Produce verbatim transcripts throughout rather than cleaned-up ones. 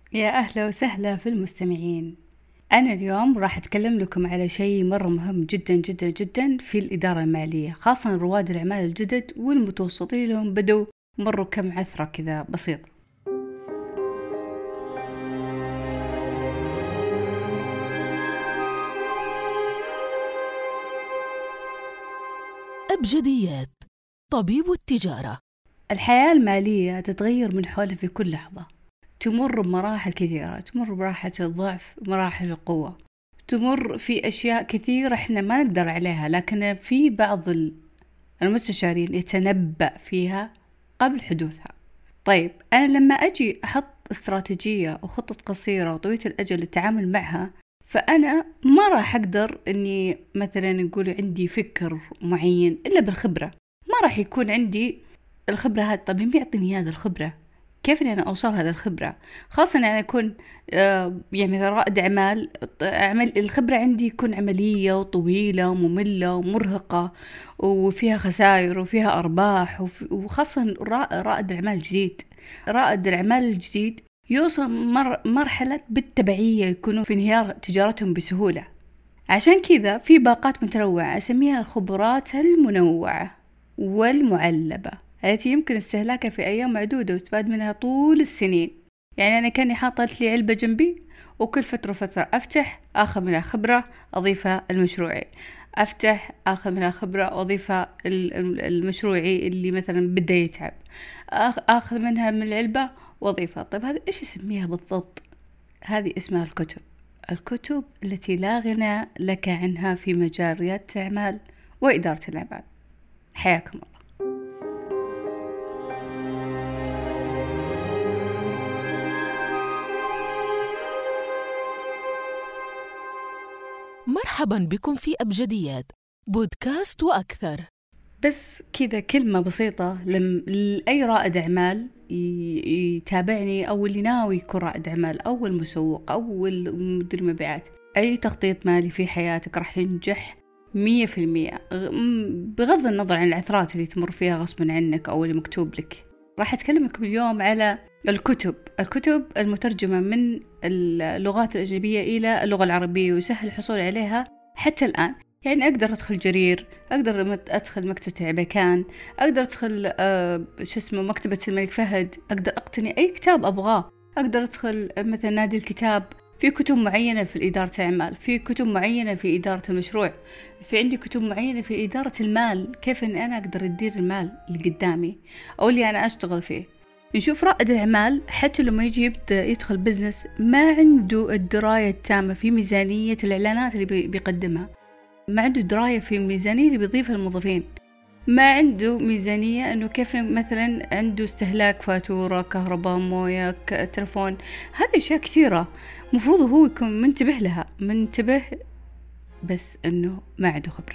يا أهلا وسهلا في المستمعين. أنا اليوم راح أتكلم لكم على شيء مرة مهم جدا جدا جدا في الإدارة المالية، خاصة رواد الأعمال الجدد والمتوسطين لهم بدوا مروا كم عثرة كذا بسيطة. أبجديات طبيب التجارة. الحياة المالية تتغير من حولها في كل لحظة، تمر بمراحل كثيرة، تمر بمراحل الضعف، مراحل القوة، تمر في أشياء كثيرة إحنا ما نقدر عليها، لكن في بعض المستشارين يتنبأ فيها قبل حدوثها. طيب أنا لما أجي أحط استراتيجية وخطة قصيرة وطويلة الأجل للتعامل معها، فأنا ما راح أقدر أني مثلا نقول عندي فكر معين إلا بالخبرة. ما راح يكون عندي الخبرة هذه. طب مين يعطيني هذه الخبرة؟ كيف أني أنا أوصل هذا الخبرة؟ خاصة أنا أكون آه يعني مثلا رائد أعمال، أعمل الخبرة عندي يكون عملية وطويلة ومملة ومرهقة وفيها خسائر وفيها أرباح، وخاصة رائد الأعمال الجديد. رائد الأعمال الجديد يوصل مر مرحلة بالتبعية، يكونوا في انهيار تجارتهم بسهولة. عشان كذا في باقات متنوعة أسميها الخبرات المنوعة والمعلبة، التي يمكن استهلاكها في أيام معدودة واستفاد منها طول السنين. يعني أنا كاني حاطت لي علبة جنبي، وكل فترة فترة أفتح أخذ منها خبرة أضيفها المشروعي، أفتح أخذ منها خبرة وأضيفها المشروعي اللي مثلا بدأ يتعب، أخذ منها من العلبة وأضيفها. طيب هذا إيش اسميها بالضبط؟ هذه اسمها الكتب. الكتب التي لا غنى لك عنها في مجال ريادة الأعمال وإدارة الأعمال. حياكم الله. مرحبا بكم في أبجديات بودكاست وأكثر. بس كذا كلمة بسيطة لم... لأي رائد أعمال يتابعني، أو اللي ناوي يكون رائد أعمال أو المسوق أو مدير مبيعات. أي تخطيط مالي في حياتك راح ينجح مية في المية، بغض النظر عن العثرات اللي تمر فيها غصبا عنك أو اللي مكتوب لك. راح أتكلمكم اليوم على الكتب الكتب المترجمة من اللغات الأجنبية إلى اللغة العربية، ويسهل الحصول عليها حتى الآن. يعني أقدر أدخل جرير، أقدر أدخل مكتبة عبيكان، أقدر أدخل آه شو اسمه مكتبة الملك فهد، أقدر أقتني أي كتاب أبغاه، أقدر أدخل مثلا نادي الكتاب. في كتب معينة في إدارة الأعمال، في كتب معينة في إدارة المشروع، في عندي كتب معينة في إدارة المال، كيف أن أنا أقدر أدير المال اللي قدامي أو اللي أنا أشتغل فيه. نشوف رائد الأعمال حتى لما يجي يبدأ يدخل بزنس ما عنده الدراية التامة في ميزانية الإعلانات اللي بيقدمها، ما عنده دراية في الميزانية اللي بيضيفها الموظفين، ما عنده ميزانية أنه كيف مثلا عنده استهلاك فاتورة كهرباء موية تلفون. هذه أشياء كثيرة مفروض هو يكون منتبه لها، منتبه بس أنه ما عنده خبرة.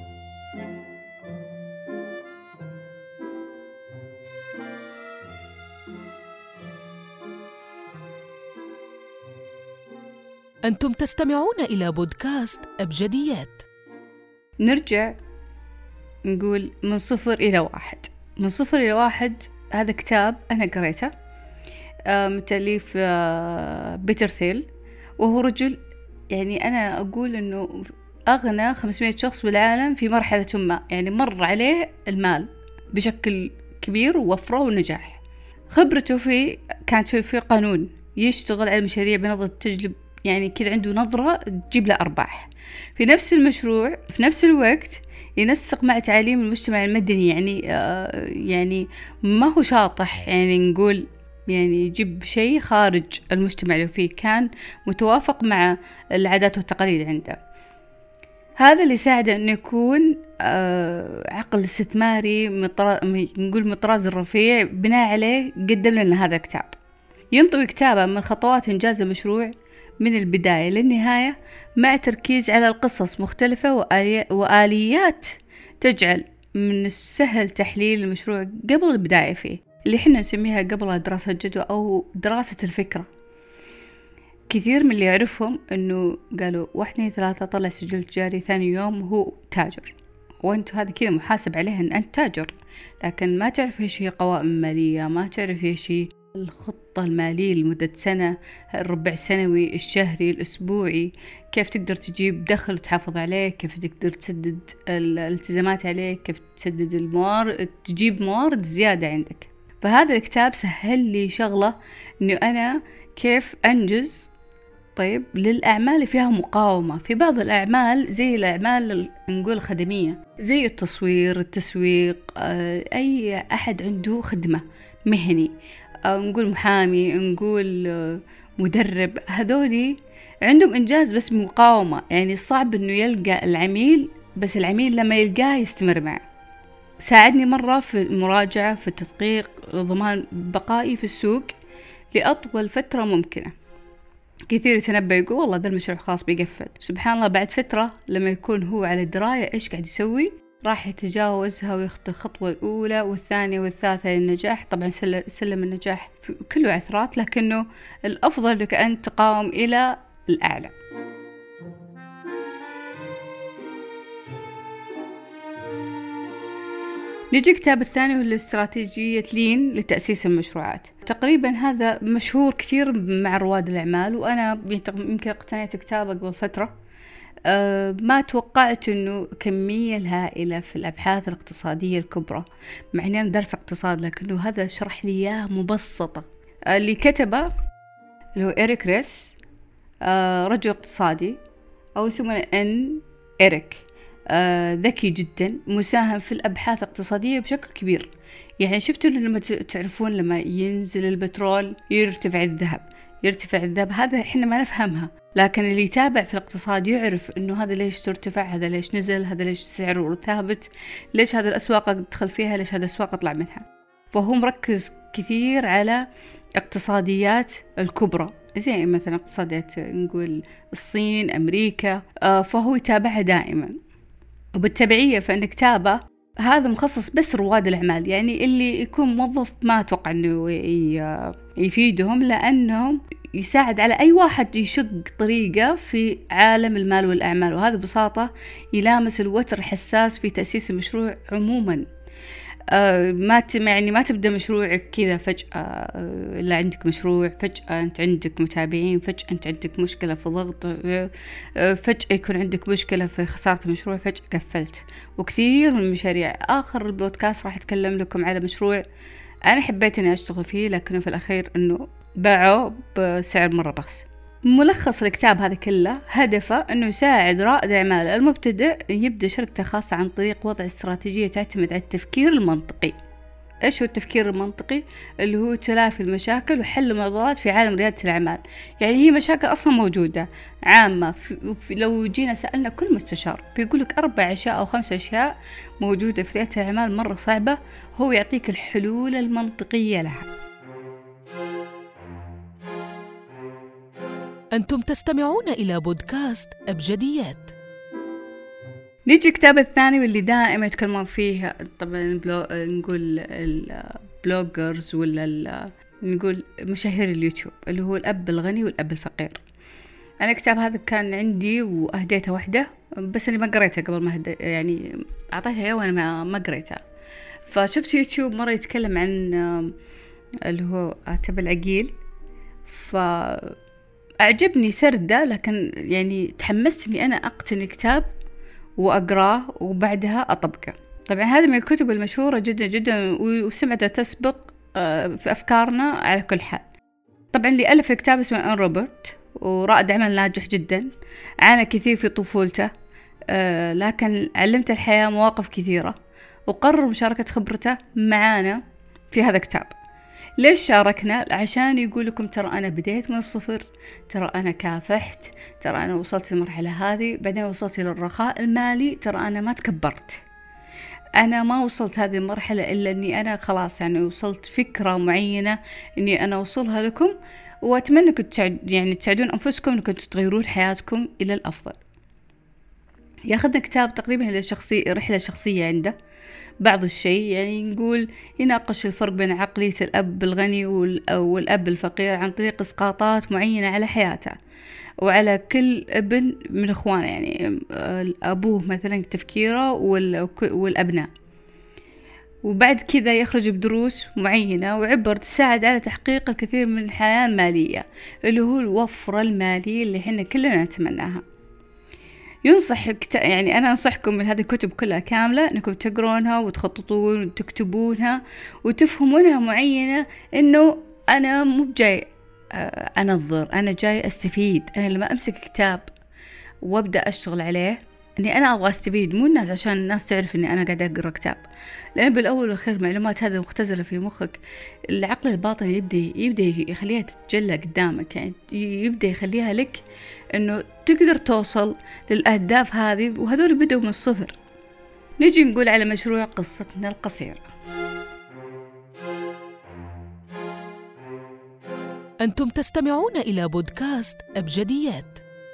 أنتم تستمعون إلى بودكاست أبجديات. نرجع نقول من صفر إلى واحد. من صفر إلى واحد هذا كتاب أنا قريته من تأليف بيتر ثيل، وهو رجل يعني أنا أقول أنه أغنى خمسمائة شخص بالعالم في مرحلة ما، يعني مر عليه المال بشكل كبير ووفره ونجاح. خبرته في كانت في, في قانون يشتغل على مشاريع بنظرة تجلب، يعني كذا عنده نظرة تجيب له أرباح في نفس المشروع، في نفس الوقت ينسق مع تعاليم المجتمع المدني. يعني آه يعني ما هو شاطح، يعني نقول يعني يجيب شيء خارج المجتمع اللي فيه، كان متوافق مع العادات والتقاليد عنده. هذا اللي ساعده أنه يكون آه عقل استثماري مطر... نقول مطراز الرفيع. بناء عليه قدم لنا هذا الكتاب، ينطوي كتابه من خطوات إنجاز المشروع من البداية للنهاية، مع تركيز على القصص مختلفة وآلي... وآليات تجعل من السهل تحليل المشروع قبل البداية فيه، اللي احنا نسميها قبلها دراسة جدوى أو دراسة الفكرة. كثير من اللي يعرفهم أنه قالوا واحد ثلاثة طلع سجل تجاري، ثاني يوم هو تاجر، وانت هذا كذا محاسب عليه أن أنت تاجر، لكن ما تعرف إيش هي قوائم مالية، ما تعرف إيش هي الخطة المالية لمدة سنة، الربع سنوي، الشهري، الأسبوعي، كيف تقدر تجيب دخل وتحافظ عليه، كيف تقدر تسدد الالتزامات عليك، كيف تسدد الموارد، تجيب موارد زيادة عندك. فهذا الكتاب سهل لي شغلة إنه أنا كيف أنجز طيب للأعمال اللي فيها مقاومة. في بعض الأعمال زي الأعمال نقول خدمية، زي التصوير، التسويق، أي أحد عنده خدمة مهني، نقول محامي، نقول مدرب، هذولي عندهم إنجاز بس مقاومة. يعني صعب إنه يلقى العميل، بس العميل لما يلقاه يستمر معه. ساعدني مرة في المراجعة، في التدقيق، ضمان بقائي في السوق لأطول فترة ممكنة. كثير يتنبأ يقول والله ده المشروع خاص بيقفل، سبحان الله بعد فترة لما يكون هو على دراية إيش قاعد يسوي راح يتجاوزها ويخطي الخطوة الأولى والثانية والثالثة للنجاح. طبعا سلم النجاح كله عثرات، لكنه الأفضل لك أن تقاوم إلى الأعلى. نيجي كتاب الثاني هو الاستراتيجية لين لتأسيس المشروعات. تقريبا هذا مشهور كثير مع رواد الأعمال، وأنا يمكن اقتنيت كتابه قبل فترة. أه ما توقعت أنه كمية الهائلة في الأبحاث الاقتصادية الكبرى، مع أني أنا درس اقتصاد، لكنه هذا شرح لي إياه مبسطة. أه اللي كتبه اللي هو إريك ريس، أه رجل اقتصادي، أو يسمونه إن إريك، آه ذكي جدا، مساهم في الأبحاث الاقتصادية بشكل كبير. يعني شفتوا لما تعرفون لما ينزل البترول يرتفع الذهب، يرتفع الذهب، هذا إحنا ما نفهمها، لكن اللي يتابع في الاقتصاد يعرف إنه هذا ليش ترتفع، هذا ليش نزل، هذا ليش سعره ثابت، ليش هذا الأسواق تدخل فيها، ليش هذا الأسواق أطلع منها. فهو مركز كثير على اقتصاديات الكبرى، زي مثلا اقتصاديات نقول الصين، أمريكا، آه فهو يتابعها دائما. وبالتبعية فإن كتابه هذا مخصص بس رواد الأعمال، يعني اللي يكون موظف ما أتوقع أنه يفيدهم، لأنهم يساعد على أي واحد يشق طريقة في عالم المال والأعمال. وهذا ببساطة يلامس الوتر الحساس في تأسيس المشروع عموما. آه ما يعني ما تبدأ مشروعك كذا فجأة، آه لا عندك مشروع فجأة أنت عندك متابعين، فجأة أنت عندك مشكلة في ضغط، آه فجأة يكون عندك مشكلة في خسارة المشروع، فجأة قفلت. وكثير من المشاريع، آخر البودكاست راح أتكلم لكم على مشروع أنا حبيت أني أشتغل فيه، لكنه في الأخير أنه باعه بسعر مرة بخس. ملخص الكتاب هذا كله هدفه أنه يساعد رائد أعمال المبتدئ يبدأ شركته خاصة عن طريق وضع استراتيجية تعتمد على التفكير المنطقي. إيش هو التفكير المنطقي؟ اللي هو تلافي المشاكل وحل المعضلات في عالم ريادة الأعمال. يعني هي مشاكل أصلا موجودة عامة، لو جينا سألنا كل مستشار بيقولك أربع أشياء أو خمس أشياء موجودة في ريادة الأعمال مرة صعبة، هو يعطيك الحلول المنطقية لها. أنتم تستمعون إلى بودكاست أبجديات. نيجي كتاب الثاني واللي دائما يتكلمون فيه طبعا بلو... نقول البلوجرز ولا نقول مشاهير اليوتيوب، اللي هو الأب الغني والأب الفقير. أنا الكتاب هذا كان عندي وأهديته وحده، بس أنا ما قريته قبل ما هدي... يعني أعطيتها إياه وأنا ما ما قريتها. فشفت يوتيوب مرة يتكلم عن اللي هو تبع العقيل، ف أعجبني سرده، لكن يعني تحمست إني أنا أقتني الكتاب وأقراه وبعدها أطبقه. طبعا هذا من الكتب المشهورة جدا جدا، وسمعتها تسبق في أفكارنا على كل حال. طبعا اللي ألف الكتاب اسمه إن روبرت، ورائد عمل ناجح جدا، عانى كثير في طفولته، لكن علمت الحياة مواقف كثيرة، وقرر مشاركة خبرته معانا في هذا الكتاب. ليش شاركنا؟ عشان يقول لكم ترى أنا بديت من الصفر، ترى أنا كافحت، ترى أنا وصلت للمرحلة هذه، بعدين وصلت للرخاء المالي، ترى أنا ما تكبرت، أنا ما وصلت هذه المرحلة إلا أني أنا خلاص يعني وصلت فكرة معينة أني أنا أوصلها لكم، وأتمنى أنكم تساعد يعني تساعدون أنفسكم أنكم تغيرون حياتكم إلى الأفضل. ياخذنا كتاب تقريبا إلى شخصية رحلة شخصية عنده بعض الشيء، يعني نقول يناقش الفرق بين عقلية الأب الغني والأب الفقير عن طريق إسقاطات معينة على حياته وعلى كل ابن من إخوانه، يعني أبوه مثلا تفكيره والأبناء. وبعد كذا يخرج بدروس معينة وعبر تساعد على تحقيق الكثير من الحياة المالية، اللي هو الوفرة المالية اللي احنا كلنا نتمناها. ينصح يعني أنا أنصحكم من هذه الكتب كلها كاملة أنكم تقرونها وتخططون وتكتبونها وتفهمونها معينة، إنه أنا مو جاي أنظر، أنا جاي أستفيد. أنا لما أمسك كتاب وأبدأ أشتغل عليه أني أنا أبغى أستفيد، مو الناس عشان الناس تعرف أني أنا قاعدة أقرأ كتاب، لأن بالأول والأخير المعلومات هذه مختزلة في مخك. العقل الباطني يبدأ يبدأ يخليها تتجلى قدامك، يعني يبدأ يخليها لك أنه تقدر توصل للأهداف هذه، وهذول بدأوا من الصفر. نجي نقول على مشروع قصتنا القصيرة. أنتم تستمعون إلى بودكاست أبجديات.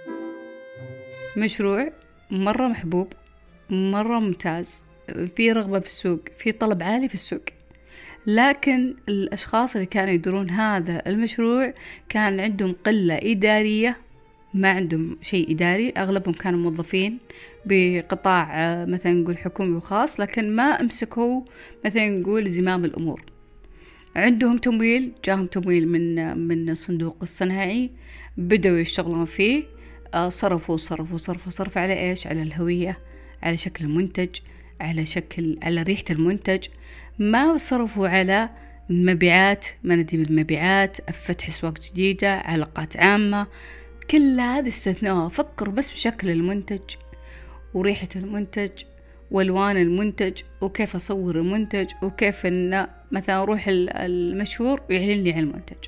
مشروع مرة محبوب، مرة ممتاز، في رغبة في السوق، في طلب عالي في السوق، لكن الأشخاص اللي كانوا يديرون هذا المشروع كان عندهم قلة إدارية، ما عندهم شيء إداري، أغلبهم كانوا موظفين بقطاع مثلا نقول حكومي وخاص، لكن ما أمسكوا مثلا نقول زمام الأمور. عندهم تمويل، جاهم تمويل من من الصندوق الصناعي، بدأوا يشتغلون فيه، صرفوا صرفوا صرفوا صرف على إيش؟ على الهوية، على شكل المنتج، على شكل على ريحة المنتج. ما صرفوا على المبيعات، مناديب المبيعات، فتح أسواق جديدة، علاقات عامة، كل هذا استثناء. فكروا بس بشكل المنتج وريحة المنتج والوان المنتج، وكيف اصور المنتج، وكيف ان مثلا اروح المشهور ويعلن لي عن المنتج.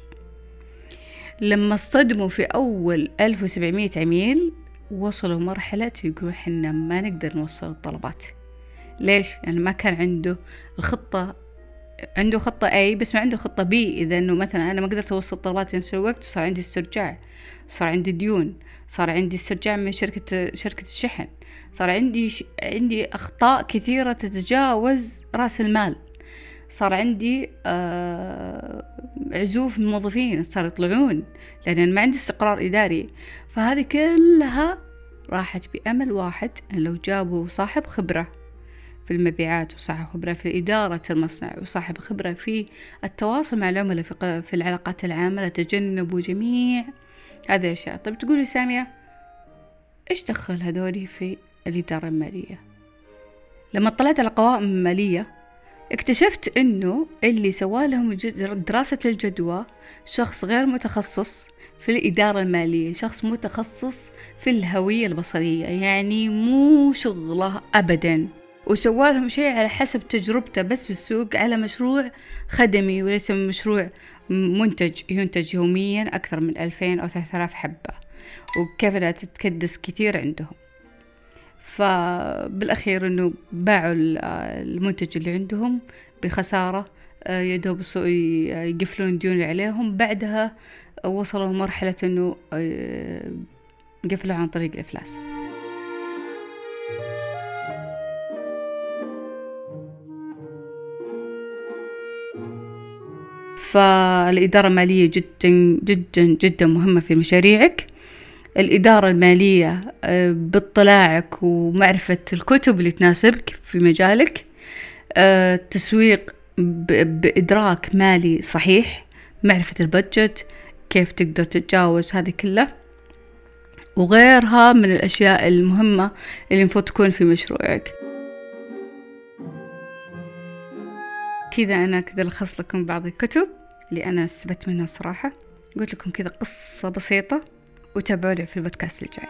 لما اصطدموا في اول ألف وسبعمية عميل وصلوا مرحلة يقولوا احنا ما نقدر نوصل الطلبات. ليش؟ يعني ما كان عنده الخطة، عنده خطة A بس ما عنده خطة B. إذا إنه مثلا أنا ما قدرت أوصل الطلبات في نفس الوقت، وصار عندي استرجاع، صار عندي ديون، صار عندي استرجاع من شركة شركة الشحن، صار عندي ش... عندي أخطاء كثيرة تتجاوز رأس المال، صار عندي آه... عزوف من الموظفين صار يطلعون لأن ما عندي استقرار إداري. فهذه كلها راحت بأمل واحد، أن لو جابوا صاحب خبرة في المبيعات، وصاحب خبرة في إدارة المصنع، وصاحب خبرة في التواصل مع العملاء في, في العلاقات العامة، لتجنبوا جميع هذه الأشياء. طيب تقولي سامية إيش دخل هذولي في الإدارة المالية؟ لما طلعت على القوائم المالية اكتشفت إنه اللي سوالهم دراسة الجدوى شخص غير متخصص في الإدارة المالية، شخص متخصص في الهوية البصرية، يعني مو شغله أبداً، وسوالهم شيء على حسب تجربته بس بالسوق، على مشروع خدمي وليس مشروع منتج ينتج يوميا أكثر من ألفين أو ثلاثة آلاف حبة، وكيف لا تتكدس كثير عندهم. فبالأخير أنه باعوا المنتج اللي عندهم بخسارة، يدوب يقفلون الديون اللي عليهم. بعدها وصلوا مرحلة أنه قفلوا عن طريق الإفلاس. فالإدارة المالية جدا جدا جدا مهمة في مشاريعك. الإدارة المالية باطلاعك ومعرفة الكتب اللي تناسبك في مجالك، التسويق بإدراك مالي صحيح، معرفة البادجت، كيف تقدر تتجاوز هذه كلها، وغيرها من الأشياء المهمة اللي المفروض تكون في مشروعك. كذا أنا كذا لخص لكم بعض الكتب اللي أنا استفدت منها صراحة، قلت لكم كذا قصة بسيطة، وتابعوني في البودكاست الجاي.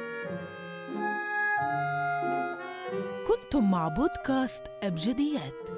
كنتم مع بودكاست أبجديات.